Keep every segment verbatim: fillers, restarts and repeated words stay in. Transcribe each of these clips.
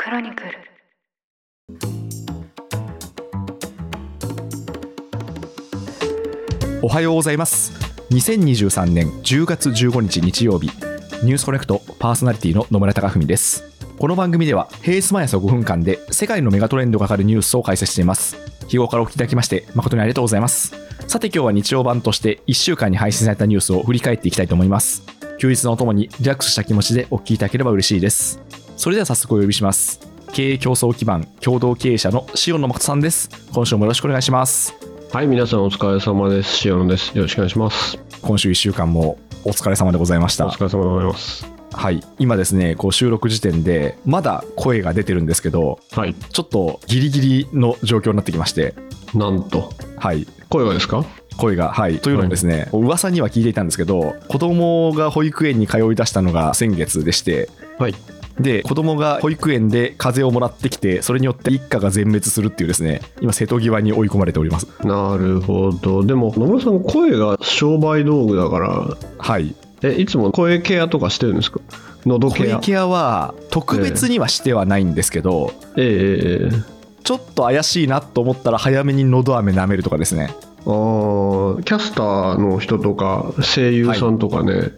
クロニクル。 おはようございます。にせんにじゅうさんねんじゅうがつじゅうごにち日曜日、ニュースコネクトパーソナリティの野村貴文です。この番組では平日毎朝ごふんかんで世界のメガトレンドがかかるニュースを解説しています。日頃からお聞きいただきまして誠にありがとうございます。さて今日は日曜版としていっしゅうかんに配信されたニュースを振り返っていきたいと思います。休日のおともにリラックスした気持ちでお聞きいただければ嬉しいです。それでは早速お呼びします。経営競争基盤共同経営者の塩野誠さんです。今週もよろしくお願いします。 はい、皆さんお疲れ様です。塩野です。よろしくお願いします。 今週いっしゅうかんもお疲れ様でございました。 お疲れ様でございます。 はい、今ですねこう収録時点でまだ声が出てるんですけど、 はい、 ちょっとギリギリの状況になってきまして、 なんと、 はい、 声がですか？ 声が、はい、というのもですね、はい、噂には聞いていたんですけど、子供が保育園に通い出したのが先月でして、 はい、 で子供が保育園で風邪をもらってきて、それによって一家が全滅するっていうですね、今瀬戸際に追い込まれております。 なるほど。でも野村さん声が商売道具だから、 はい、 えいつも声ケアとかしてるんですか？喉ケア。 声ケアは特別にはしてはないんですけど、 えー、えー、 ちょっと怪しいなと思ったら早めに喉飴舐めるとかですね。 あー、キャスターの人とか声優さんとかね、はい、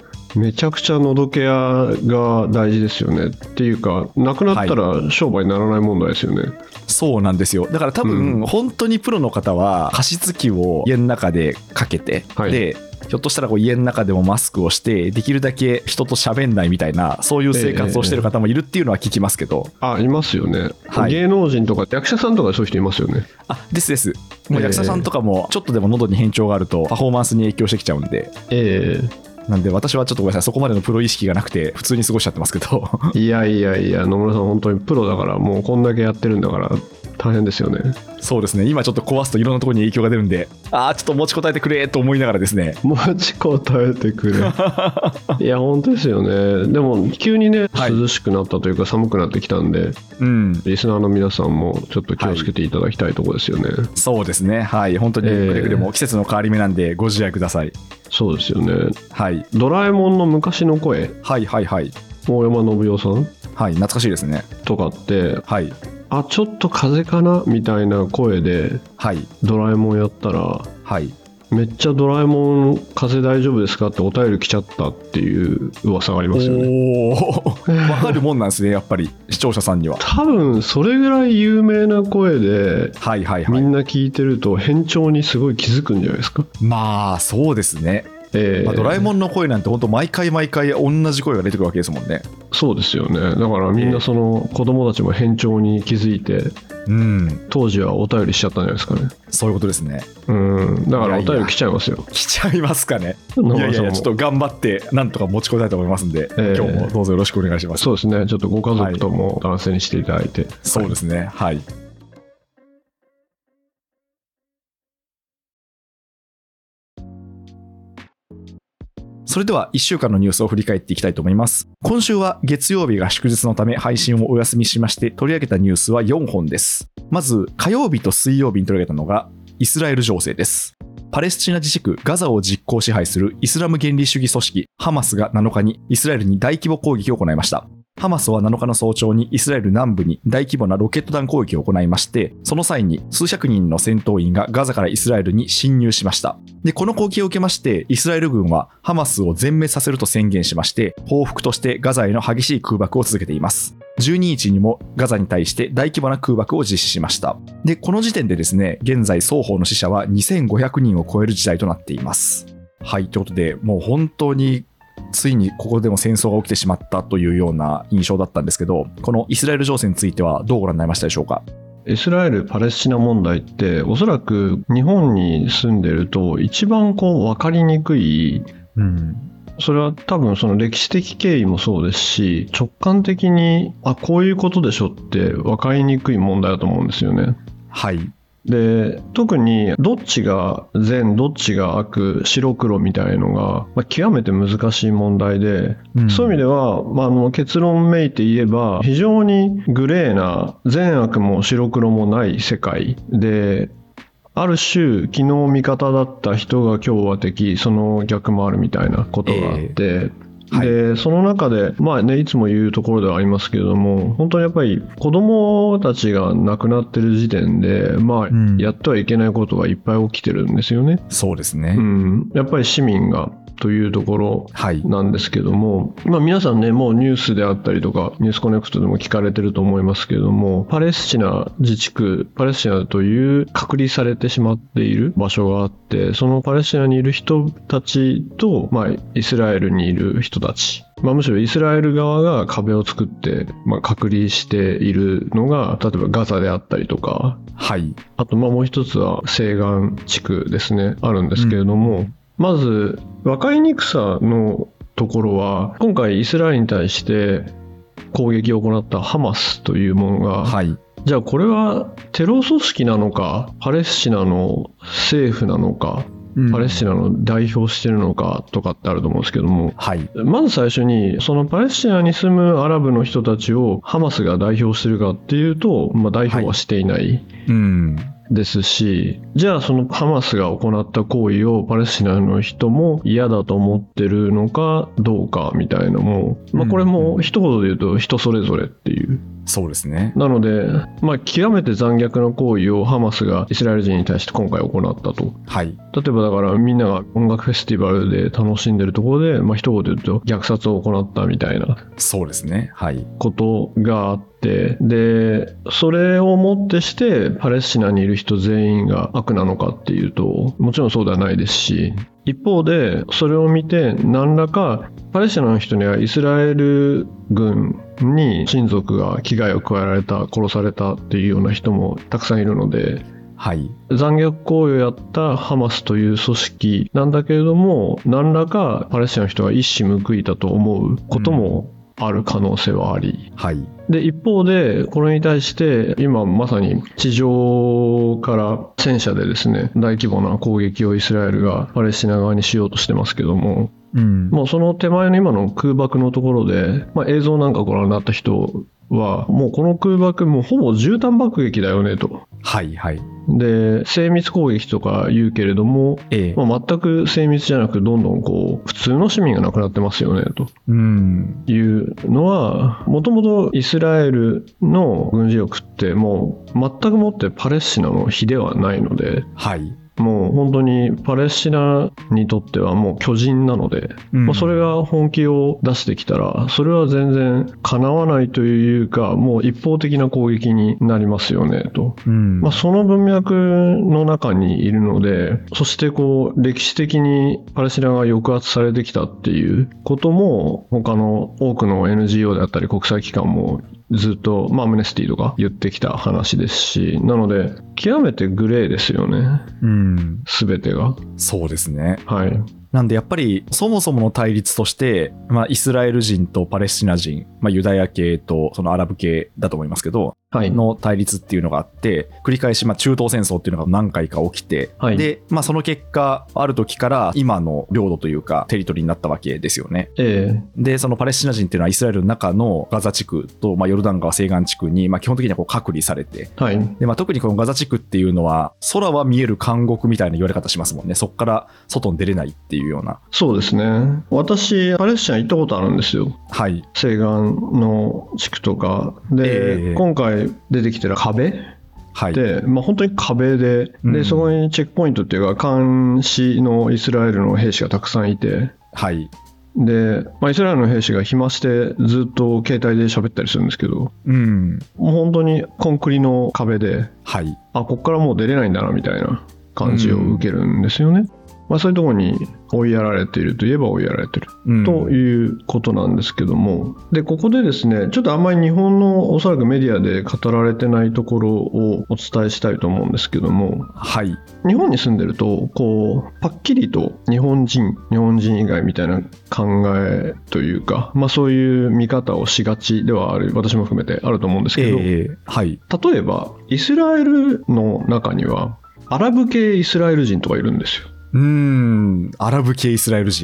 めちゃくちゃ喉ケアが大事ですよね。っていうかなくなったら商売にならない問題ですよね、はい、 そうなんですよ。だから多分、うん、本当にプロの方は加湿器を家の中でかけて、はい、でひょっとしたらこう家の中でもマスクをしてできるだけ人と喋んないみたいな、そういう生活をしてる方もいるっていうのは聞きますけど、 えー、あいますよね、 はい、 芸能人とか役者さんとかそういう人いますよね。 あですです。もう役者さんとかもちょっとでも喉に変調があるとパフォーマンスに影響してきちゃうんで、 えー、 なんで私はちょっとごめんなさい、そこまでのプロ意識がなくて普通に過ごしちゃってますけどいやいやいや、野村さん本当にプロだから、もうこんだけやってるんだから大変ですよね。 そうですね、今ちょっと壊すといろんなところに影響が出るんで、あーちょっと持ちこたえてくれと思いながらですね、 持ちこたえてくれいや本当ですよね。でも急にね、はい、涼しくなったというか寒くなってきたんで、うん、リスナーの皆さんもちょっと気をつけていただきたいところですよね、はい、 そうですね、はい、本当にくれぐれも季節の変わり目なんでご自愛ください。 そうですよね、 はい、 ドラえもんの昔の声、 はいはいはい、 大山信代さん、 はい、懐かしいですねとかって、 はい、 あちょっと風邪かなみたいな声で、はい、ドラえもんやったら、はい、めっちゃドラえもん風邪大丈夫ですかってお便り来ちゃったっていう噂がありますよね。 おー分かるもんなんですねやっぱり視聴者さんには。 多分それぐらい有名な声で、 はいはいはい、 みんな聞いてると変調にすごい気づくんじゃないですか。 まあそうですね、えーまあ、ドラえもんの声なんて本当毎回毎回同じ声が出てくるわけですもんね。 そうですよね。だからみんなその子供たちも変調に気づいて、うん、当時はお便りしちゃったんじゃないですかね。 そういうことですね。 うん、だからお便り来ちゃいますよ。 いやいや来ちゃいますかね。いやいやいやちょっと頑張ってなんとか持ちこたえたいと思いますんで、えー、今日もどうぞよろしくお願いします。 そうですね、ちょっとご家族とも男性にしていただいて、はい、 そうですね、はい。それではいっしゅうかんのニュースを振り返っていきたいと思います。今週は月曜日が祝日のため配信をお休みしまして、取り上げたニュースはよんほんです。まず火曜日と水曜日に取り上げたのがイスラエル情勢です。パレスチナ自治区ガザを実効支配するイスラム原理主義組織ハマスがなのかにイスラエルに大規模攻撃を行いました。ハマスはなのかの早朝にイスラエル南部に大規模なロケット弾攻撃を行いまして、その際に数百人の戦闘員がガザからイスラエルに侵入しました。で、この攻撃を受けましてイスラエル軍はハマスを全滅させると宣言しまして、報復としてガザへの激しい空爆を続けています。じゅうににちにもガザに対して大規模な空爆を実施しました。で、この時点でですね、現在双方の死者はにせんごひゃくにんを超える事態となっています。はい、ということでもう本当についにここでも戦争が起きてしまったというような印象だったんですけど、このイスラエル情勢についてはどうご覧になりましたでしょうか？ イスラエル・パレスチナ問題っておそらく日本に住んでると一番こう分かりにくい、うん、それは多分その歴史的経緯もそうですし、直感的にあこういうことでしょって分かりにくい問題だと思うんですよね。はい。で特にどっちが善どっちが悪白黒みたいのが、まあ、極めて難しい問題で、うん、そういう意味では、まあ、あの結論めいて言えば非常にグレーな善悪も白黒もない世界で、ある種昨日味方だった人が今日は敵、その逆もあるみたいなことがあって、えーはい、 でその中で、まあね、いつも言うところではありますけれども、本当にやっぱり子どもたちが亡くなってる時点で、まあうん、やってはいけないことがいっぱい起きてるんですよね。 そうですね、 うん、やっぱり市民がというところなんですけども、はい、まあ、皆さんね、もうニュースであったりとかニュースコネクトでも聞かれてると思いますけれども、パレスチナ自治区、パレスチナという隔離されてしまっている場所があって、そのパレスチナにいる人たちと、まあ、イスラエルにいる人たち、まあ、むしろイスラエル側が壁を作って、まあ、隔離しているのが例えばガザであったりとか、 はい、 あとまあもう一つは西岸地区ですね、あるんですけれども、うん、まず分かりにくさのところは、今回イスラエルに対して攻撃を行ったハマスというものが、 はい、 じゃあこれはテロ組織なのか、パレスチナの政府なのか、パレスチナの代表してるのかとかってあると思うんですけども、 はい、 まず最初にそのパレスチナに住むアラブの人たちをハマスが代表してるかっていうと、まあ、代表はしていない、はい、うんですし、じゃあそのハマスが行った行為をパレスチナの人も嫌だと思ってるのかどうかみたいのも、まあ、これも一言で言うと人それぞれっていう。 そうですね。 なので、まあ、極めて残虐な行為をハマスがイスラエル人に対して今回行ったと。 はい。 例えばだからみんなが音楽フェスティバルで楽しんでるところで、まあ、一言で言うと虐殺を行ったみたいな。 そうですね。はい。 ことがあって、で、それをもってしてパレスチナにいる人全員が悪なのかっていうと、もちろんそうではないですし、一方でそれを見て何らかパレスチナの人にはイスラエル軍に親族が危害を加えられた、殺されたっていうような人もたくさんいるので、 はい、 残虐行為をやったハマスという組織なんだけれども、何らかパレスチナの人が一矢報いたと思うこともある可能性はあり、 うん、はい、 で一方でこれに対して今まさに地上から戦車でですね、大規模な攻撃をイスラエルがパレスチナ側にしようとしてますけども、うん、もうその手前の今の空爆のところで、まあ、映像なんかご覧になった人はもうこの空爆もうほぼ絨毯爆撃だよねと。 はいはい。 で精密攻撃とか言うけれども、ええ、まあ、全く精密じゃなくどんどんこう普通の市民が亡くなってますよねと、うん、いうのは、もともとイスラエルの軍事力ってもう全くもってパレスチナの比ではないので、はい、もう本当にパレスチナにとってはもう巨人なので、うん、まあ、それが本気を出してきたらそれは全然かなわないというか、もう一方的な攻撃になりますよねと、うん、まあ、その文脈の中にいるので、そしてこう歴史的にパレスチナが抑圧されてきたっていうことも他の多くの エヌジーオー であったり国際機関もずっと、まあ、アムネスティとか言ってきた話ですし、なので極めてグレーですよね、うん、全てが。 そうですね。 はい。 なんでやっぱりそもそもの対立として、まあ、イスラエル人とパレスチナ人、まあ、ユダヤ系とそのアラブ系だと思いますけど、はい、の対立っていうのがあって、繰り返しまあ中東戦争っていうのが何回か起きて、はい、で、まあ、その結果ある時から今の領土というかテリトリーになったわけですよね、えー、でそのパレスチナ人っていうのはイスラエルの中のガザ地区と、まあ、ヨルダン川西岸地区に、まあ、基本的にはこう隔離されて、はい、でまあ、特にこのガザ地区っていうのは空は見える監獄みたいな言われ方しますもんね。そこから外に出れないっていうような。 そうですね。私パレスチナ行ったことあるんですよ。 はい。 西岸の地区とかで、えー、今回出てきてる壁はい、 で、まあ、本当に壁で、うん、でそこにチェックポイントっていうか監視のイスラエルの兵士がたくさんいて、 はい、 で、まあ、イスラエルの兵士が暇してずっと携帯で喋ったりするんですけど、うん、もう本当にコンクリの壁で、はい、あ、こっからもう出れないんだなみたいな感じを受けるんですよね、うん、まあ、そういうところに追いやられているといえば追いやられている、うん、ということなんですけども、でここでですね、ちょっとあんまり日本のおそらくメディアで語られてないところをお伝えしたいと思うんですけども、はい、日本に住んでるとこうパッキリと日本人日本人以外みたいな考えというか、まあ、そういう見方をしがちではある、私も含めてあると思うんですけど、えーはい、例えばイスラエルの中にはアラブ系イスラエル人とかいるんですよ。 うーん、アラブ系イスラエル人。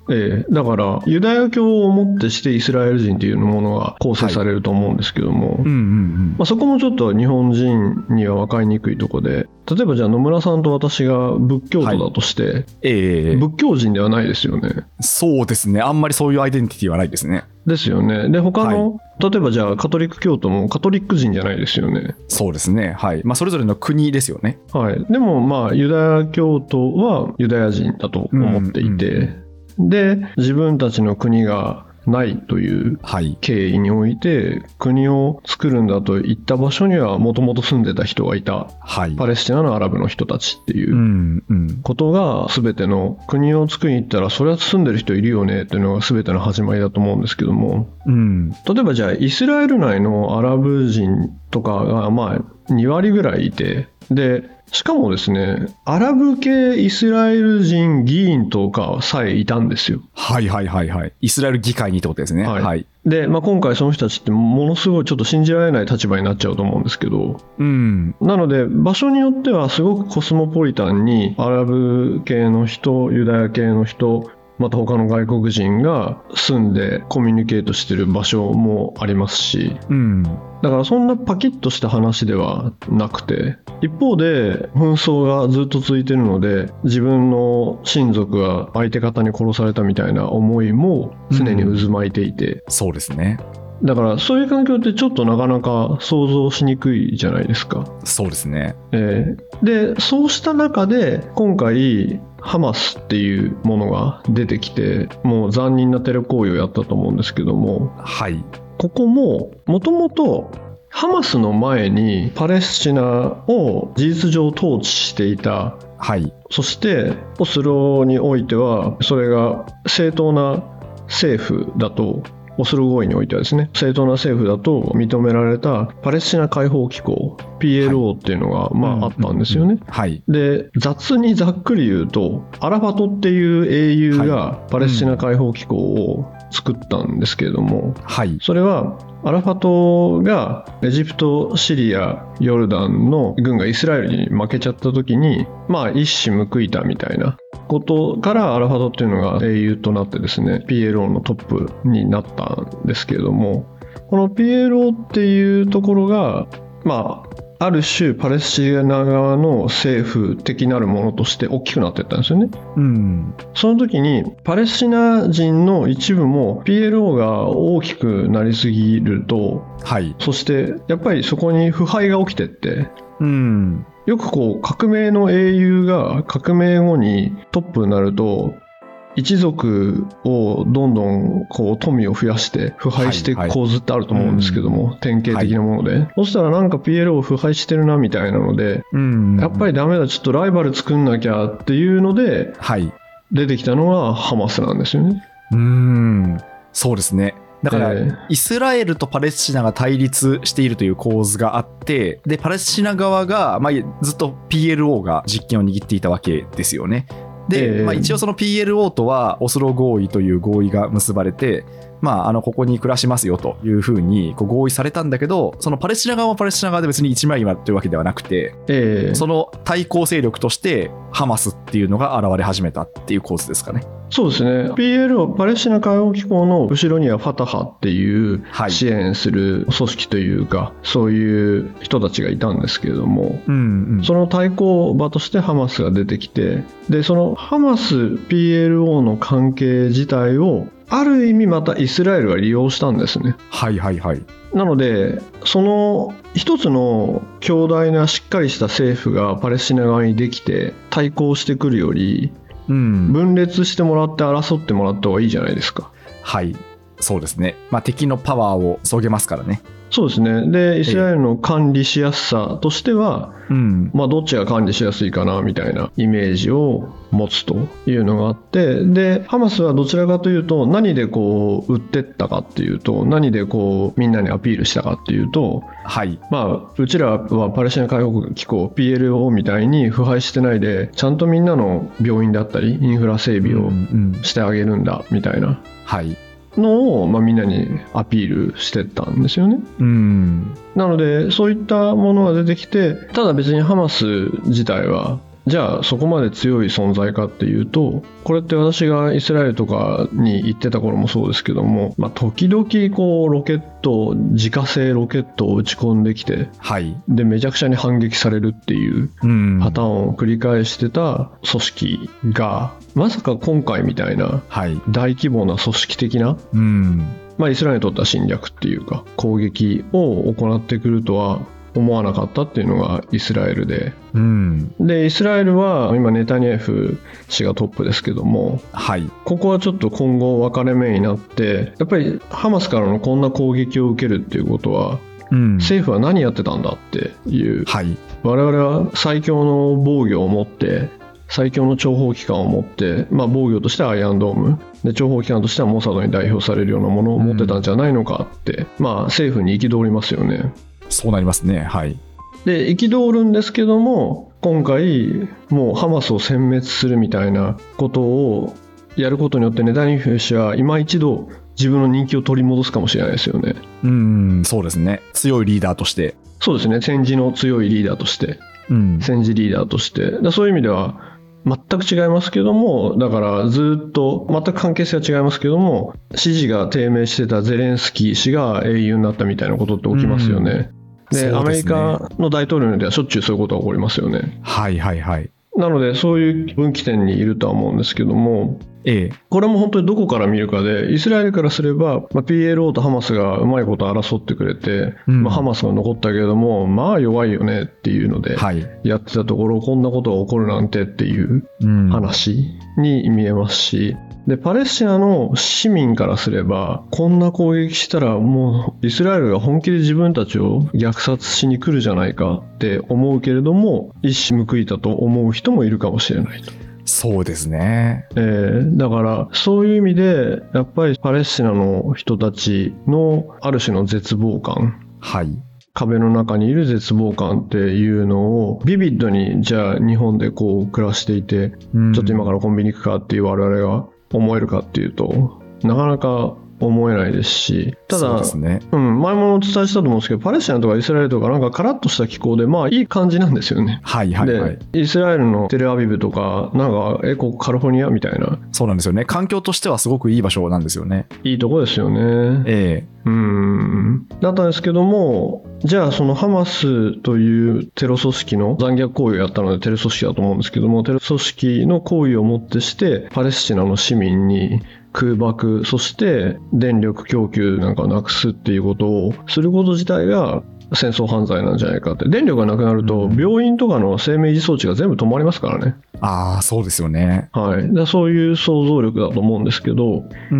ええ、だからユダヤ教をもってしてイスラエル人というものが構成されると思うんですけども、まあ、そこもちょっと日本人には分かりにくいところで、例えばじゃあ野村さんと私が仏教徒だとして、はい、ええ、仏教人ではないですよね。 そうですね、あんまりそういうアイデンティティはないですね。 ですよね。で他の、はい、例えばじゃあカトリック教徒もカトリック人じゃないですよね。 そうですね、はい、まあ、それぞれの国ですよね。 はい、でもまあユダヤ教徒はユダヤ人だと思っていて、うんうんで自分たちの国がないという経緯において、はい、国を作るんだといった場所にはもともと住んでた人がいた、はい、パレスチナのアラブの人たちっていうことが全ての国を作りに行ったらそれは住んでる人いるよねっていうのが全ての始まりだと思うんですけども、うん、例えばじゃあイスラエル内のアラブ人とかがまあに割ぐらいいて、でしかもですね、アラブ系イスラエル人議員とかさえいたんですよ。 はいはいはいはい。イスラエル議会にってことですね。はい。はい、 で、まあ、今回その人たちってものすごいちょっと信じられない立場になっちゃうと思うんですけど、うん、なので場所によってはすごくコスモポリタンにアラブ系の人、ユダヤ系の人、また他の外国人が住んでコミュニケートしてる場所もありますし、うん、だからそんなパキッとした話ではなくて、一方で紛争がずっと続いてるので自分の親族が相手方に殺されたみたいな思いも常に渦巻いていて、うん、 そうですね。 だからそういう環境ってちょっとなかなか想像しにくいじゃないですか。 そうですね、 えー、でそうした中で今回ハマスっていうものが出てきて、もう残忍なテロ行為をやったと思うんですけども、 はい、 ここももともとハマスの前にパレスチナを事実上統治していた、はい、そしてオスロにおいてはそれが正当な政府だと、オスロ合意においてはですね、正当な政府だと認められたパレスチナ解放機構 ピーエルオー っていうのが、まあ、あったんですよね。で雑にざっくり言うとアラファトっていう英雄がパレスチナ解放機構を作ったんですけれども、はい、それはアラファトがエジプト、シリア、ヨルダンの軍がイスラエルに負けちゃった時に、まあ一矢報いたみたいなことからアラファトっていうのが英雄となってですね、 ピーエルオー のトップになったんですけれども、この ピーエルオー っていうところがまあある種パレスチナ側の政府的なるものとして大きくなっていったんですよね、うん、その時にパレスチナ人の一部も ピーエルオー が大きくなりすぎると、はい、そしてやっぱりそこに腐敗が起きてって、うん、よくこう革命の英雄が革命後にトップになると一族をどんどんこう富を増やして腐敗していく構図ってあると思うんですけども、はいはい、典型的なもので、はい、そしたらなんか ピーエルオー 腐敗してるなみたいなので、うん、やっぱりダメだ、ちょっとライバル作んなきゃっていうので、はい、出てきたのがハマスなんですよね。 うーん、そうですね。だからイスラエルとパレスチナが対立しているという構図があって、でパレスチナ側が、まあ、ずっと ピーエルオー が実権を握っていたわけですよね。で、まあ、一応その ピーエルオー とはオスロ合意という合意が結ばれて、まあ、あのここに暮らしますよというふうにこう合意されたんだけど、そのパレスチナ側はパレスチナ側で別に一枚岩というわけではなくて、えー、その対抗勢力としてハマスっていうのが現れ始めたっていう構図ですかね。 そうですね。 ピーエルオー パレスチナ解放機構の後ろにはファタハっていう支援する組織というか、はい、そういう人たちがいたんですけれども、うんうん、その対抗馬としてハマスが出てきて、でそのハマス ピーエルオー の関係自体をある意味またイスラエルが利用したんですね。 はいはいはい。 なのでその一つの強大なしっかりした政府がパレスチナ側にできて対抗してくるより、うん、分裂してもらって争ってもらった方がいいじゃないですか。 はい、そうですね。まあ敵のパワーをそげますからね。 そうですね。でイスラエルの管理しやすさとしては、ええ、まあどっちが管理しやすいかなみたいなイメージを持つというのがあって、でハマスはどちらかというと何でこう売ってったかっていうと、何でこうみんなにアピールしたかっていうと、はい、まあうちらはパレスチナ解放機構 ピーエルオー みたいに腐敗してないで、ちゃんとみんなの病院だったりインフラ整備をしてあげるんだみたいな、うんうん、はいのを、まあ、みんなにアピールしてったんですよね。うんなのでそういったものが出てきて、ただ別にハマス自体はじゃあそこまで強い存在かっていうと、これって私がイスラエルとかに行ってた頃もそうですけども、まあ、時々こうロケット自家製ロケットを打ち込んできて、 はい、 でめちゃくちゃに反撃されるっていうパターンを繰り返してた組織が、まさか今回みたいな大規模な組織的な、 うんまあ、イスラエルにとっては侵略っていうか攻撃を行ってくるとは思わなかったっていうのがイスラエルで、 うん、 でイスラエルは今ネタニヤフ氏がトップですけども、 はい、 ここはちょっと今後分かれ目になって、やっぱりハマスからのこんな攻撃を受けるっていうことは、うん、政府は何やってたんだっていう、 はい、 我々は最強の防御を持って最強の諜報機関を持って、まあ、防御としてはアイアンドームで、諜報機関としてはモサドに代表されるようなものを持ってたんじゃないのかって、うん、まあ政府に憤りますよね。 そうなりますね。はい。 で憤るんですけども、今回もうハマスを殲滅するみたいなことをやることによってネタニヤフ氏は今一度自分の人気を取り戻すかもしれないですよね。 うん、そうですね。強いリーダーとして。 そうですね。戦時の強いリーダーとして、うん、戦時リーダーとして、だそういう意味では全く違いますけども、だからずっと全く関係性は違いますけども、支持が低迷してたゼレンスキー氏が英雄になったみたいなことって起きますよね。うん、で、アメリカの大統領ではしょっちゅうそういうことが起こりますよね。 はいはいはい。 なのでそういう分岐点にいるとは思うんですけども、ええ、これも本当にどこから見るかで、イスラエルからすれば、まあ、ピーエルオー とハマスがうまいこと争ってくれて、うんまあ、ハマスが残ったけれども、まあ弱いよねっていうのでやってたところ、はい、こんなことが起こるなんてっていう話に見えますし、でパレスチナの市民からすれば、こんな攻撃したらもうイスラエルが本気で自分たちを虐殺しに来るじゃないかって思うけれども、一矢報いたと思う人もいるかもしれないと。 そうですね、 えー、だからそういう意味でやっぱりパレスチナの人たちのある種の絶望感、 はい、 壁の中にいる絶望感っていうのをビビッドに、じゃあ日本でこう暮らしていて、うん、ちょっと今からコンビニ行くかっていう我々が思えるかっていうとなかなか思えないですし、ただ、そうですね、うん、前もお伝えしたと思うんですけど、パレスチナとかイスラエルとかなんかカラッとした気候でまあいい感じなんですよね。 はいはいはい。 でイスラエルのテルアビブとかなんかえここカリフォルニアみたいな、 そうなんですよね。環境としてはすごくいい場所なんですよね。 いいとこですよね。 ええうんだったんですけども、じゃあそのハマスというテロ組織の残虐行為をやったのでテロ組織だと思うんですけども、テロ組織の行為をもってしてパレスチナの市民に空爆、そして電力供給なんかをなくすっていうことをすること自体が戦争犯罪なんじゃないかって。電力がなくなると病院とかの生命維持装置が全部止まりますからね。 ああ、そうですよね。 はい。だそういう想像力だと思うんですけど、うん、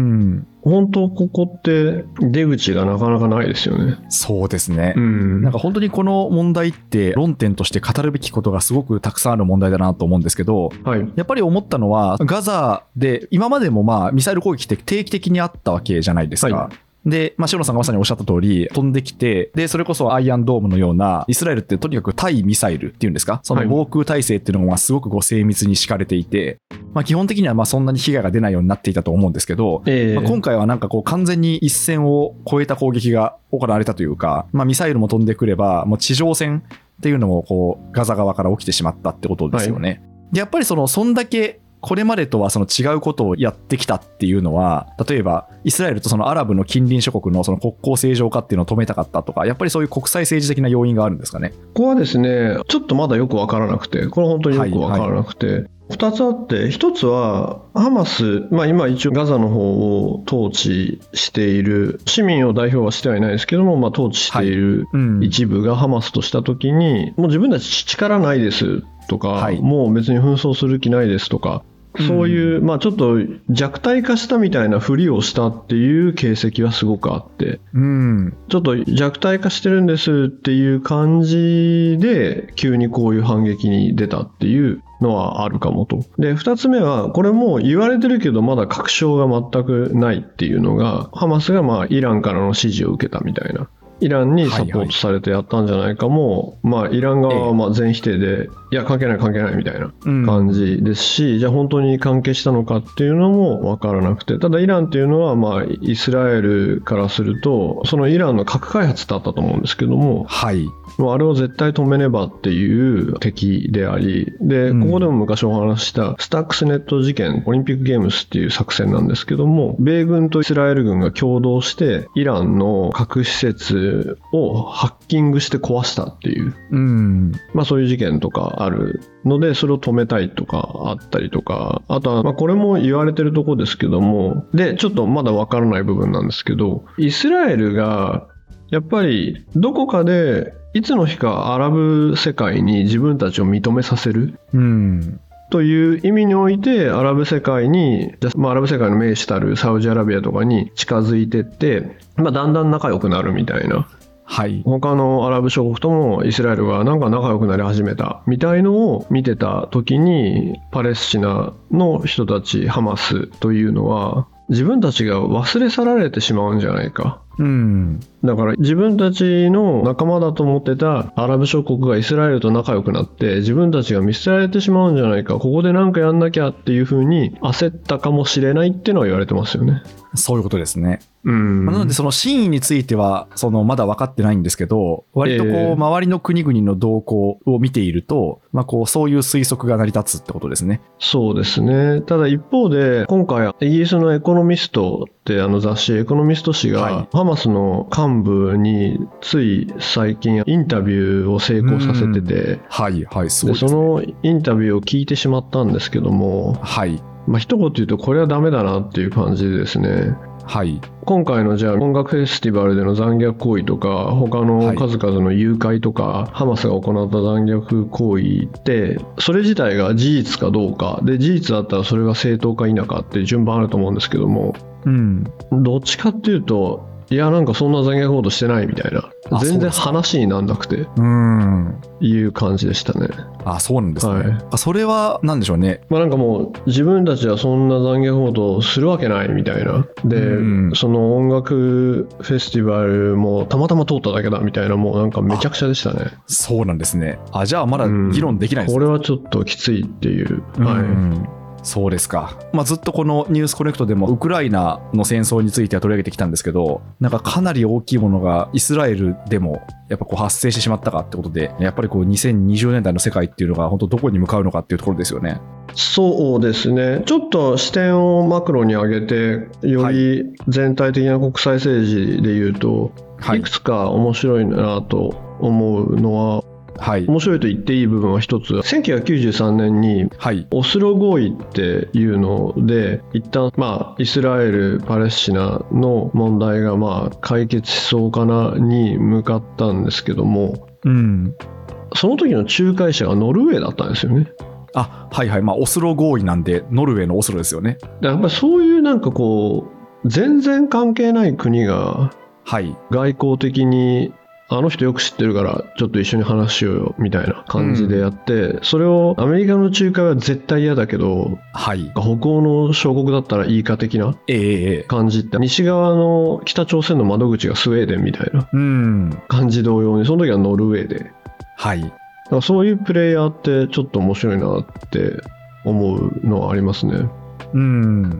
本当ここって出口がなかなかないですよね。 そうですね、うん、なんか本当にこの問題って論点として語るべきことがすごくたくさんある問題だなと思うんですけど、はい、やっぱり思ったのはガザで今までもまあミサイル攻撃って定期的にあったわけじゃないですか、はい。で、まあ、塩野さんがまさにおっしゃった通り飛んできて、でそれこそアイアンドームのようなイスラエルってとにかく対ミサイルっていうんですか、その防空体制っていうのがすごくこう精密に敷かれていて、まあ、基本的にはまあそんなに被害が出ないようになっていたと思うんですけど、えーまあ、今回はなんかこう完全に一線を越えた攻撃が行われたというか、まあ、ミサイルも飛んでくればもう地上戦っていうのもこうガザ側から起きてしまったってことですよね、はい。でやっぱりそのそんだけこれまでとはその違うことをやってきたっていうのは、例えばイスラエルとそのアラブの近隣諸国のその国交正常化っていうのを止めたかったとか、やっぱりそういう国際政治的な要因があるんですかね。 ここはですね、ちょっとまだよく分からなくて、これ本当によく分からなくて、はいはい、ふたつあって、ひとつはハマス、まあ、今一応ガザの方を統治している、市民を代表はしてはいないですけども、まあ、統治している一部がハマスとしたときに、はいうん、もう自分たち力ないですとか、はい、もう別に紛争する気ないですとか、そういう、まあ、ちょっと弱体化したみたいなふりをしたっていう形跡はすごくあって、うん、ちょっと弱体化してるんですっていう感じで急にこういう反撃に出たっていうのはあるかもと。でふたつめは、これも言われてるけどまだ確証が全くないっていうのが、ハマスがまあイランからの指示を受けたみたいな、イランにサポートされてやったんじゃないかも、はいはい、まあ、イラン側はまあ全否定で、いや関係ない関係ないみたいな感じですし、うん、じゃあ本当に関係したのかっていうのも分からなくて、ただイランっていうのはまあイスラエルからするとそのイランの核開発ってあったと思うんですけども、はい、 もうあれを絶対止めねばっていう敵であり、で、ここでも昔お話したスタックスネット事件、オリンピックゲームスっていう作戦なんですけども、米軍とイスラエル軍が共同してイランの核施設をハッキングして壊したっていう、うん、まあそういう事件とかあるので、それを止めたいとかあったりとか、あとはまあこれも言われてるとこですけども、でちょっとまだわからない部分なんですけど、イスラエルがやっぱりどこかでいつの日かアラブ世界に自分たちを認めさせる、うんという意味において、アラブ世界に、まあ、アラブ世界の盟主たるサウジアラビアとかに近づいてって、まあ、だんだん仲良くなるみたいな、はい、他のアラブ諸国ともイスラエルがなんか仲良くなり始めたみたいのを見てた時に、パレスチナの人たち、ハマスというのは自分たちが忘れ去られてしまうんじゃないか、うん、だから自分たちの仲間だと思ってたアラブ諸国がイスラエルと仲良くなって自分たちが見捨てられてしまうんじゃないか、ここで何かやんなきゃっていう風に焦ったかもしれないっていうのは言われてますよね。 そういうことですね。うん、なのでその真意についてはそのまだ分かってないんですけど、割とこう周りの国々の動向を見ていると、まあ、こうそういう推測が成り立つってことですね。 そうですね。ただ一方で今回イギリスのエコノミストってあの雑誌エコノミスト誌が、はい、ハマスの幹部につい最近インタビューを成功させてて、 はいはいそうですね。 でそのインタビューを聞いてしまったんですけども、はいまあ一言言うとこれはダメだなっていう感じでですね。はい、今回のじゃあ音楽フェスティバルでの残虐行為とか他の数々の誘拐とか、はい、ハマスが行った残虐行為ってそれ自体が事実かどうかで、事実だったらそれが正当か否かって順番あると思うんですけども、うん、どっちかっていうといやなんかそんな残虐行動してないみたいな、全然話になんなくてうんいう感じでしたね。 あ、そうなんですね、はい、あそれは何でしょうね。 まあなんかもう自分たちはそんな残虐行動をするわけないみたいなで、うん、その音楽フェスティバルもたまたま通っただけだみたいな、もうなんかめちゃくちゃでしたね。 そうなんですね。あじゃあまだ議論できないですね、 うん、これはちょっときついっていう、うん、はいそうですか、まあ、ずっとこのニュースコネクトでもウクライナの戦争については取り上げてきたんですけど、なんかかなり大きいものがイスラエルでもやっぱこう発生してしまったかってことで、やっぱりこうにせんにじゅうねんだいの世界っていうのが本当どこに向かうのかっていうところですよね。 そうですね。ちょっと視点をマクロに上げてより全体的な国際政治でいうと、はい、いくつか面白いなと思うのは、はい、面白いと言っていい部分は一つ、せんきゅうひゃくきゅうじゅうさんねんにオスロ合意っていうので一旦まあイスラエルパレスチナの問題がまあ解決しそうかなに向かったんですけども、うん、その時の仲介者がノルウェーだったんですよね。 あはいはい、まあオスロ合意なんでノルウェーのオスロですよね。 やっぱりそういうなんかこう全然関係ない国が外交的にあの人よく知ってるからちょっと一緒に話しようよみたいな感じでやって、うん、それをアメリカの仲介は絶対嫌だけど、はい、北欧の小国だったらいいか的な感じって、えー、西側の北朝鮮の窓口がスウェーデンみたいな感じ同様にその時はノルウェーで、はい、だからそういうプレイヤーってちょっと面白いなって思うのはありますね。うん、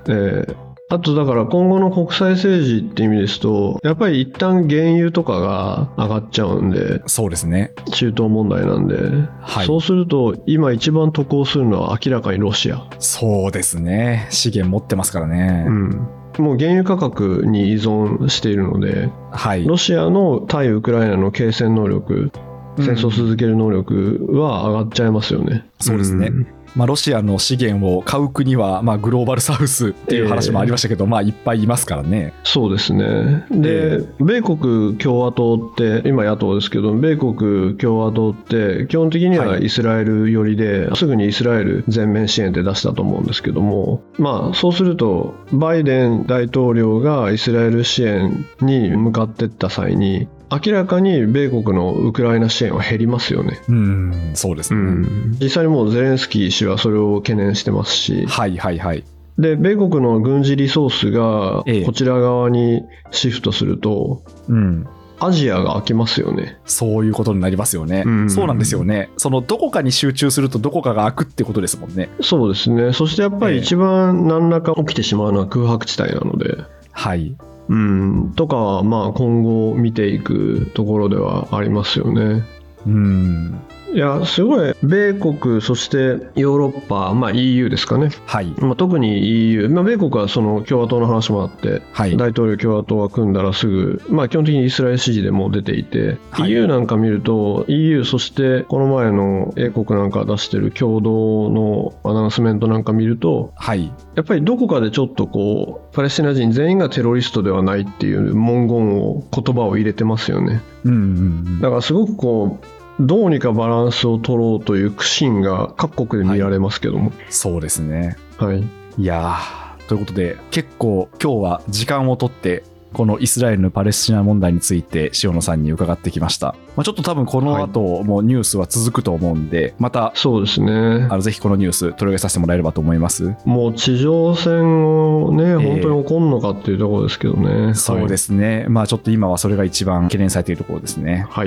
えーあとだから今後の国際政治って意味ですと、やっぱり一旦原油とかが上がっちゃうんで、 そうですね。 中東問題なんで、はい、そうすると今一番得をするのは明らかにロシア。 そうですね。資源持ってますからね。うん。 もう原油価格に依存しているので、はい、ロシアの対ウクライナの継戦能力、戦争を続ける能力は上がっちゃいますよね。 うん、そうですね。うんまあ、ロシアの資源を買う国はまあグローバルサウスっていう話もありましたけど、えー、まあいっぱいいますからね。 そうですね。で、えー、米国共和党って今野党ですけど、米国共和党って基本的にはイスラエル寄りで、はい、すぐにイスラエル全面支援って出したと思うんですけども、まあそうするとバイデン大統領がイスラエル支援に向かっていった際に明らかに米国のウクライナ支援は減りますよね。 うん、そうですね、うん。 実際にもうゼレンスキー氏はそれを懸念してますし、 はいはいはい。 で、米国の軍事リソースがこちら側にシフトすると、ええ、うん、アジアが空きますよね。 そういうことになりますよね。うん、そうなんですよね。そのどこかに集中するとどこかが空くってことですもんね。 そうですね。そしてやっぱり一番何らか起きてしまうのは空白地帯なので、はい。うん、とかはまあ今後見ていくところではありますよね。 うん。 いやすごい米国そしてヨーロッパ、まあ、イーユー ですかね、 はいまあ、特に イーユー、まあ、米国はその共和党の話もあって、はい、大統領共和党が組んだらすぐ、まあ、基本的にイスラエル支持でも出ていて、はい、イーユー なんか見ると イーユー そしてこの前の英国なんか出してる共同のアナウンスメントなんか見ると、はい、やっぱりどこかでちょっとこうパレスチナ人全員がテロリストではないっていう文言を言葉を入れてますよね、うんうんうん、だからすごくこうどうにかバランスを取ろうという苦心が各国で見られますけども、 はい、そうですね、 はい、 いやーということで結構今日は時間を取ってこのイスラエルのパレスチナ問題について塩野さんに伺ってきました。まあ、ちょっと多分この後もニュースは続くと思うんで、またそうですね、 あのぜひこのニュース取り上げさせてもらえればと思います。 もう地上戦をね、えー、本当に起こるのかっていうところですけどね。 そうですね、はい、まあちょっと今はそれが一番懸念されているところですね。 はい。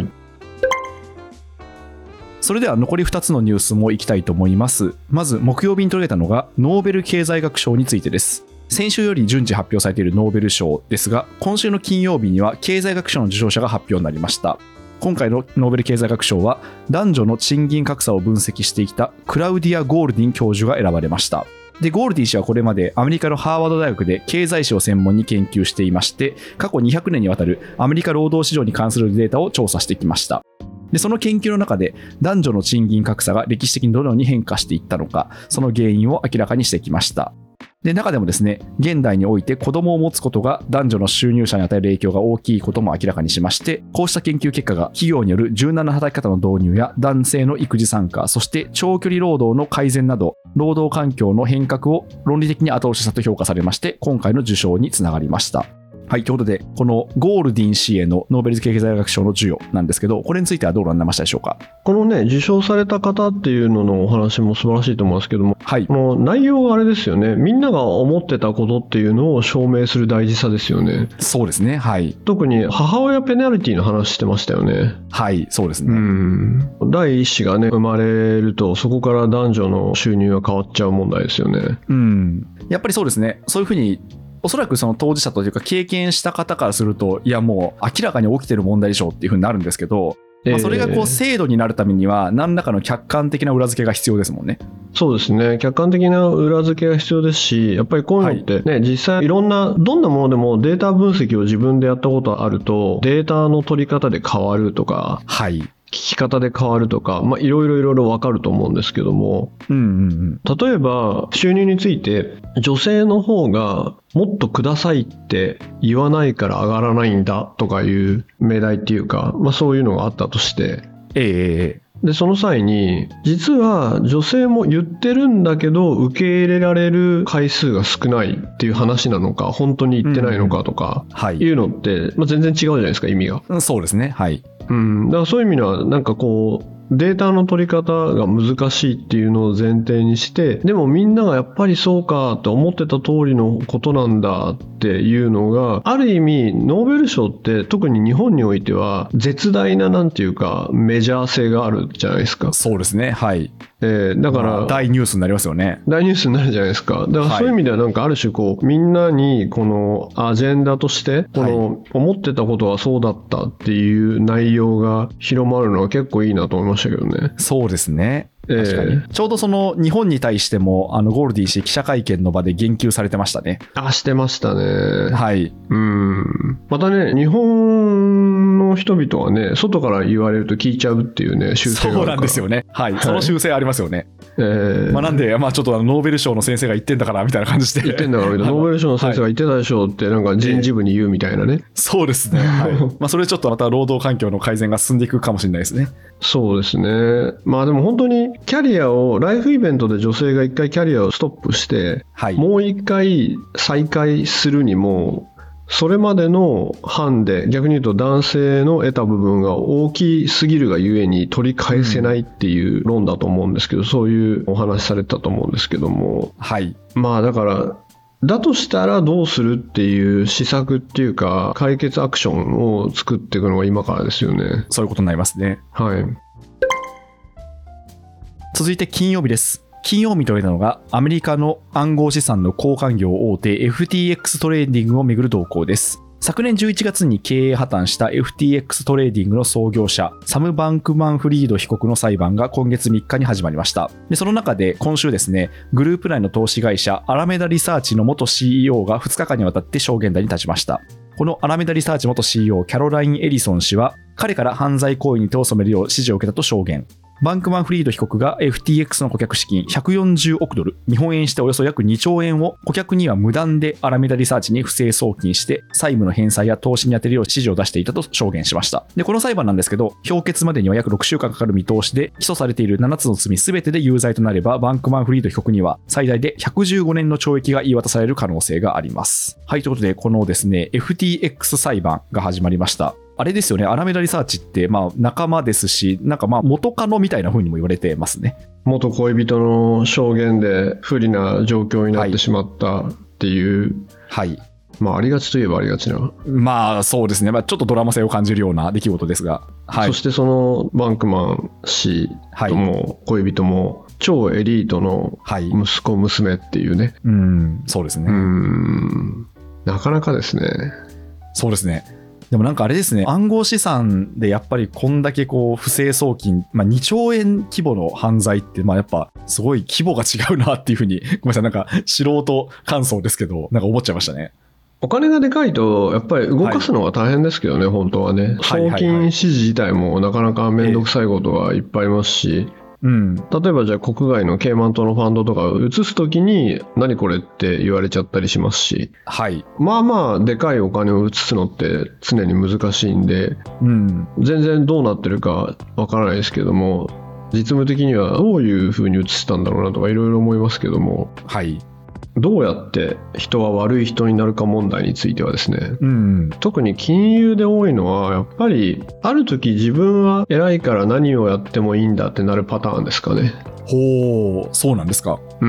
それでは残りふたつのニュースもいきたいと思います。まず木曜日に取り上げたのがノーベル経済学賞についてです。先週より順次発表されているノーベル賞ですが、今週の金曜日には経済学賞の受賞者が発表になりました。今回のノーベル経済学賞は男女の賃金格差を分析してきたクラウディア・ゴールディン教授が選ばれました。でゴールディン氏はこれまでアメリカのハーバード大学で経済史を専門に研究していまして、過去にひゃくねんにわたるアメリカ労働市場に関するデータを調査してきました。でその研究の中で男女の賃金格差が歴史的にどのように変化していったのか、その原因を明らかにしてきました。で中でもですね、現代において子供を持つことが男女の収入者に与える影響が大きいことも明らかにしまして、こうした研究結果が企業による柔軟な働き方の導入や男性の育児参加、そして長距離労働の改善など労働環境の変革を論理的に後押ししたと評価されまして、今回の受賞につながりました。はい、ということでこのゴールディン氏へのノーベル経済学賞の授与なんですけど、これについてはどうご覧になりましたでしょうか。 このね受賞された方っていうののお話も素晴らしいと思いますけども、 はい、 この内容があれですよね、みんなが思ってたことっていうのを証明する大事さですよね。 そうですね、はい、 特に母親ペナルティの話してましたよね。 はい、そうですね。 うん第一子がね生まれるとそこから男女の収入が変わっちゃう問題ですよね。 うんやっぱりそうですね、そういうふうにおそらくその当事者というか経験した方からすると、いやもう明らかに起きてる問題でしょうっていう風になるんですけど、まあ、それがこう制度になるためには何らかの客観的な裏付けが必要ですもんね。 そうですね、客観的な裏付けが必要ですし、やっぱりこういうのってね、はい、実際いろんなどんなものでもデータ分析を自分でやったことあるとデータの取り方で変わるとか、 はい、 聞き方で変わるとか、まあ、いろいろいろいろ分かると思うんですけども、 うんうんうん、 例えば収入について女性の方がもっとくださいって言わないから上がらないんだとかいう命題っていうか、まあ、そういうのがあったとして、 ええでその際に実は女性も言ってるんだけど受け入れられる回数が少ないっていう話なのか本当に言ってないのかとかいうのって、まあ、全然違うじゃないですか、意味が。 そうですね、はい、 うん、だからそういう意味ではなんかこうデータの取り方が難しいっていうのを前提にして、でもみんながやっぱりそうかって思ってた通りのことなんだっていうのが、ある意味ノーベル賞って特に日本においては絶大ななんていうかメジャー性があるじゃないですか。 そうですね、はい、 えー、だから、まあ、 大ニュースになりますよね。 大ニュースになるじゃないですか。だからそういう意味ではなんかある種こう、みんなにこのアジェンダとしてこの思ってたことはそうだったっていう内容が広まるのは結構いいなと思いましたけどね。 そうですね、確かに、えー、ちょうどその日本に対してもあのゴールディ氏記者会見の場で言及されてましたね。 あ、してましたね。 はい。 うん。またね、日本の人々はね、外から言われると聞いちゃうっていうね、習性があるから。 そうなんですよね。はい。その習性ありますよね。 えー、 まあなんで、まあちょっとあのノーベル賞の先生が言ってんだからみたいな感じで。 言ってんだからみたいな。ノーベル賞の先生が言ってたでしょうってなんか人事部に言うみたいなね。えー、 そうですね。はい。まあそれちょっとまた労働環境の改善が進んでいくかもしれないですね。 そうですね。まあでも本当にキャリアをライフイベントで女性が一回キャリアをストップして、はい、もう一回再開するにもそれまでのハンデ、逆に言うと男性の得た部分が大きすぎるがゆえに取り返せないっていう論だと思うんですけど、そういうお話されたと思うんですけども、 はい、 まあだからだとしたらどうするっていう施策っていうか解決アクションを作っていくのが今からですよね。 そういうことになりますね。 はい。 続いて金曜日です。金曜日といたのがアメリカの暗号資産の交換業大手 エフティーエックス トレーディングをめぐる動向です。 昨年じゅういちがつに経営破綻した エフティーエックス トレーディングの創業者サム・バンクマンフリード被告の裁判が今月みっかに始まりました。でその中で今週ですね、グループ内の投資会社アラメダリサーチの元 シーイーオー がふつかかんにわたって証言台に立ちました。このアラメダリサーチ元 シーイーオー キャロライン・エリソン氏は彼から犯罪行為に手を染めるよう指示を受けたと証言。バンクマンフリード被告が エフティーエックス の顧客資金ひゃくよんじゅうおくドル、日本円しておよそ約にちょうえんを顧客には無断でアラメダリサーチに不正送金して債務の返済や投資に充てるよう指示を出していたと証言しました。でこの裁判なんですけど、評決までには約ろくしゅうかんかかる見通しで、起訴されているななつの罪すべてで有罪となればバンクマンフリード被告には最大でひゃくじゅうごねんの懲役が言い渡される可能性があります。はい、ということでこのですね エフティーエックス 裁判が始まりました。あれですよね、アラメダリサーチってまあ仲間ですし、なんかまあ元カノみたいな風にも言われてますね。 元恋人の証言で不利な状況になってしまったっていう、 はい、はい、 まあありがちといえばありがちな、 まあそうですね、まあ、ちょっとドラマ性を感じるような出来事ですが、はい、 そしてそのバンクマン氏とも恋人も超エリートの息子娘っていうね、 うん、そうですね、 うん、なかなかですね。 そうですね。でもなんかあれですね、暗号資産でやっぱりこんだけこう不正送金、まあ、にちょうえん規模の犯罪ってまあやっぱすごい規模が違うなっていうふうに、ごめんなさい、なんか素人感想ですけどなんか思っちゃいましたね。 お金がでかいとやっぱり動かすのが大変ですけどね、はい、本当はね。送金指示自体もなかなかめんどくさいことがいっぱいありますし、うん、例えばじゃあ国外のケイマン島のファンドとかを移すときに何これって言われちゃったりしますし、はい、まあまあでかいお金を移すのって常に難しいんで、うん、全然どうなってるかわからないですけども、実務的にはどういう風に移したんだろうなとかいろいろ思いますけども、はい、どうやって人は悪い人になるか問題についてはですね、うん、特に金融で多いのはやっぱりある時自分は偉いから何をやってもいいんだってなるパターンですかね。 ほう、そうなんですか。 うん、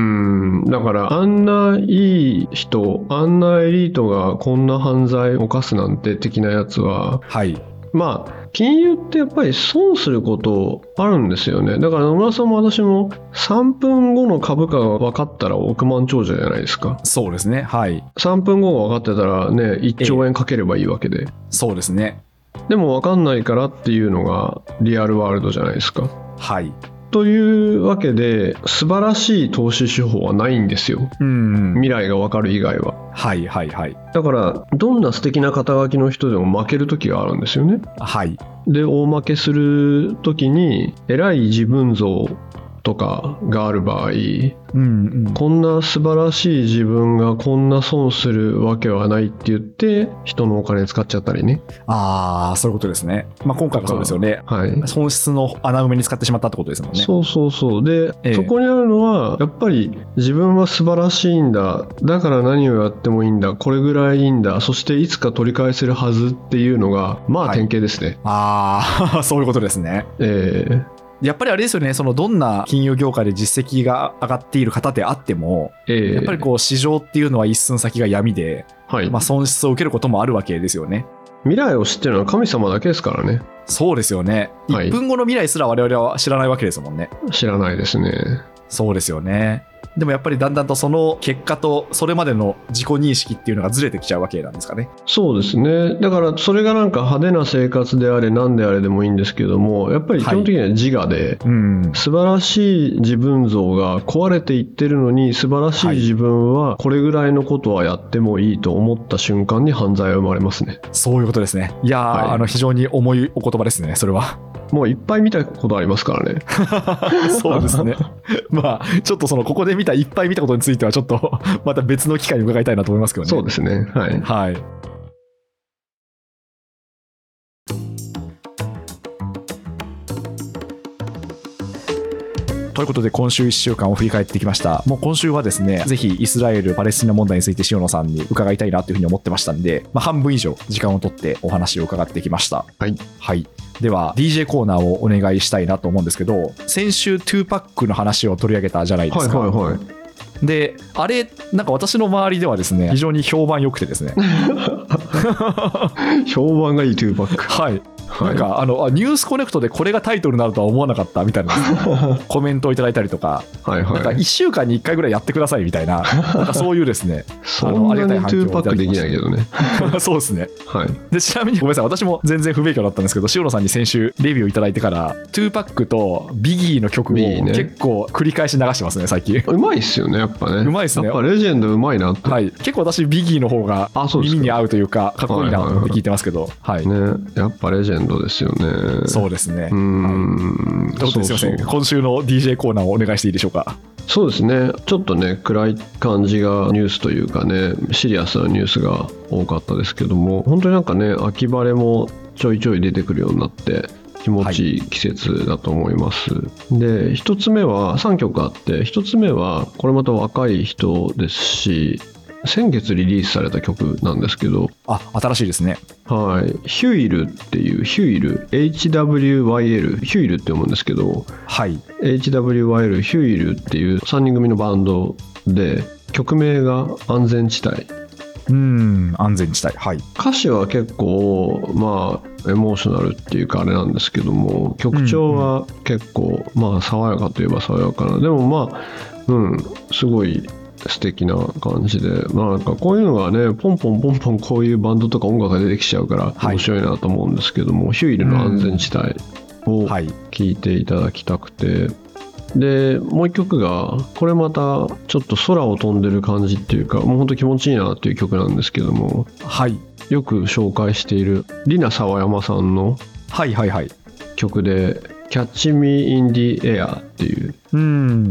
だからあんないい人、あんなエリートがこんな犯罪を犯すなんて的なやつは、はい、まあ金融ってやっぱり損することあるんですよね。だから野村さんも私もさんぷんごの株価が分かったら億万長者じゃないですか。 そうですね、はい。 さんぷんごが分かってたらねいっちょうえんかければいいわけで、 そうですね。 でも分かんないからっていうのがリアルワールドじゃないですか。 はい。 というわけで素晴らしい投資手法はないんですよ、うん、未来が分かる以外は。 はいはいはい。 だからどんな素敵な肩書きの人でも負ける時があるんですよね。 はい。 で大負けする時に偉い自分像とかがある場合、うんうん、こんな素晴らしい自分がこんな損するわけはないって言って人のお金使っちゃったりね。 ああ、そういうことですね。まあ今回もそうですよね、はい、損失の穴埋めに使ってしまったってことですもんね。 そうそうそう。で、ええ、そこにあるのはやっぱり自分は素晴らしいんだ、だから何をやってもいいんだ、これぐらいいいんだ、そしていつか取り返せるはずっていうのがまあ典型ですね、はい、 ああそういうことですね。ええーやっぱりあれですよね、そのどんな金融業界で実績が上がっている方であっても、えー、やっぱりこう市場っていうのは一寸先が闇で、はいまあ、損失を受けることもあるわけですよね。 未来を知ってるのは神様だけですからね。 そうですよね、はい、いっぷんごの未来すら我々は知らないわけですもんね。 知らないですね。 そうですよね。でもやっぱりだんだんとその結果とそれまでの自己認識っていうのがずれてきちゃうわけなんですかね。 そうですね。だからそれがなんか派手な生活であれ何であれでもいいんですけども、やっぱり基本的には自我で、はいうん、素晴らしい自分像が壊れていってるのに素晴らしい自分はこれぐらいのことはやってもいいと思った瞬間に犯罪は生まれますね。 そういうことですね。いやー、はい、あの非常に重いお言葉ですね、それは。 もういっぱい見たことありますからね。 そうですね。まあちょっとそのここで見たいっぱい見たことについてはちょっとまた別の機会に伺いたいなと思いますけどね。 そうですね。はい。はい。 ということで今週いっしゅうかんを振り返ってきました。もう今週はですね、ぜひイスラエル・パレスチナ問題について塩野さんに伺いたいなというふうに思ってましたんで、まあ、半分以上時間を取ってお話を伺ってきました。はい。はい。では ディージェー コーナーをお願いしたいなと思うんですけど、先週ツーパックの話を取り上げたじゃないですか。はいはいはい。で、あれなんか私の周りではですね、非常に評判良くてですね。 評判がいいツーパック。 はい。 はい、 なんかあのニュースコネクトでこれがタイトルになるとは思わなかったみたいなコメントをいただいたりとか、 はい、はい、 なんかいっしゅうかんにいっかいぐらいやってくださいみたいな、なんかそういうですねそんなにトゥーパックできないけどねそうですね、 はい、 でちなみにごめんなさい、私も全然不勉強だったんですけど、塩野さんに先週レビューいただいてからトゥーパックとビギーの曲を結構繰り返し流してますね最近。 うまいっすよねやっぱね。 うまいっすね、 やっぱレジェンドうまいなって、 はい、結構私ビギーの方が耳に合うというかかっこいいなって聞いてますけど、はいね、やっぱレジェンドですよね。 そうですね。 うん、 はい、ということですいません、今週の ディージェー コーナーをお願いしていいでしょうか。 そうですね、ちょっとね暗い感じがニュースというかね、シリアスなニュースが多かったですけども、本当になんかね秋晴れもちょいちょい出てくるようになって気持ちいい季節だと思います、はい、でひとつめはさんきょくあって、ひとつめはこれまた若い人ですし、先月リリースされた曲なんですけど、 あ、新しいですね。 はい、ヒュイルっていうヒュイル エイチダブリューワイエル ヒュイルって読むんですけど、 はい、 エイチダブリューワイエル ヒュイルっていうさんにん組のバンドで、曲名が安全地帯。 うーん、安全地帯。はい。 歌詞は結構まあエモーショナルっていうかあれなんですけども、曲調は結構、うんうん、まあ爽やかといえば爽やかな、でもまあうんすごい素敵な感じで、まあなんかこういうのがねポンポンポンポンこういうバンドとか音楽が出てきちゃうから面白いなと思うんですけども、はい、ヒュイルの安全地帯を聴いていただきたくて、でもう一曲がこれまたちょっと空を飛んでる感じっていうか、もうほんと気持ちいいなっていう曲なんですけども、 はい、 よく紹介しているリナ沢山さんのはいはいはい曲でCatch Me in the Air っていう、 うん、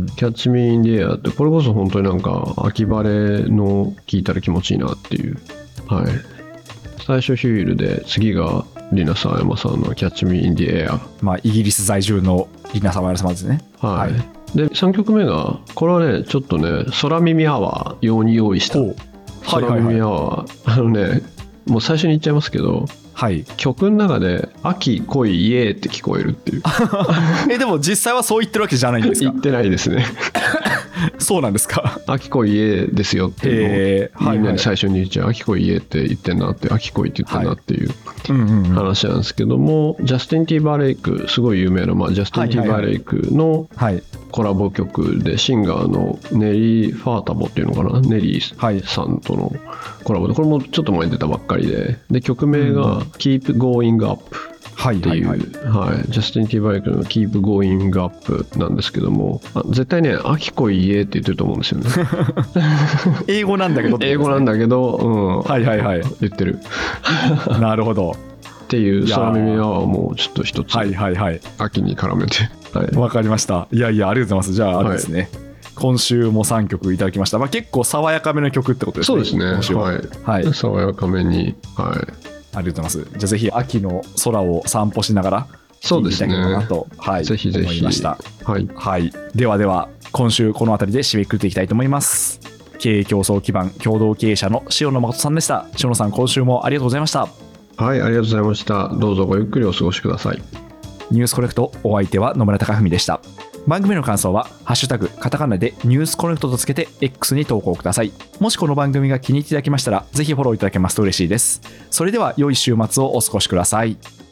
Catch Me in the Air ってこれこそ本当になんか秋晴れの聴いたら気持ちいいなっていう、はい、最初ヒューイルで次がリナ沢山さんの Catch Me in the Air、 まあ、イギリス在住のリナ沢山さんですね。 はい、はい、でさんきょくめがこれはねちょっとね空耳アワー用に用意した空耳アワー、はいはいはい、あのねもう最初に言っちゃいますけど、はい、曲の中で秋恋イエーって聞こえるっていうえでも実際はそう言ってるわけじゃないんですか？ 言ってないですねそうなんですか？ 秋恋イエーですよっていうのをみんなに最初に言っちゃう、秋恋イエーって言ってんなって、秋恋って言ってんなっていう話なんですけども、ジャスティン・ティーバーレイクすごい有名な、まあ、ジャスティン・ティーバーレイクのコラボ曲でシンガーのネリー・ファータボっていうのかな、ネリーさんとのコラボで、これもちょっと前に出たばっかりで、で曲名が Keep Going Upっていう、はいはいはい、ジャスティン・ティーバーレイクの Keep Going Up なんですけども、絶対ね秋恋イエーって言ってると思うんですよね英語なんだけど、 英語なんだけど、うん、はいはいはい言ってるなるほどっていう空耳アワーもちょっと一つ秋に絡めてわ、はいはい、かりました。いやいやありがとうございます。じゃああれですね、はい、今週もさんきょくいただきました。まあ、結構爽やかめの曲ってことですね。 そうですね、はいはい、爽やかめに、はい、 ありがとうございます。じゃあぜひ秋の空を散歩しながら聴いていただければなと、はい、 ぜひぜひ思いました。 はい、 はい、ではでは今週この辺りで締めくくっていきたいと思います。経営競争基盤共同経営者の塩野誠さんでした。塩野さん今週もありがとうございました。 はい、ありがとうございました。どうぞごゆっくりお過ごしください。 ニュースコネクト、お相手は野村貴文でした。番組の感想はハッシュタグカタカナでニュースコネクトとつけて X に投稿ください。もしこの番組が気に入っていただけましたらぜひフォローいただけますと嬉しいです。それでは良い週末をお過ごしください。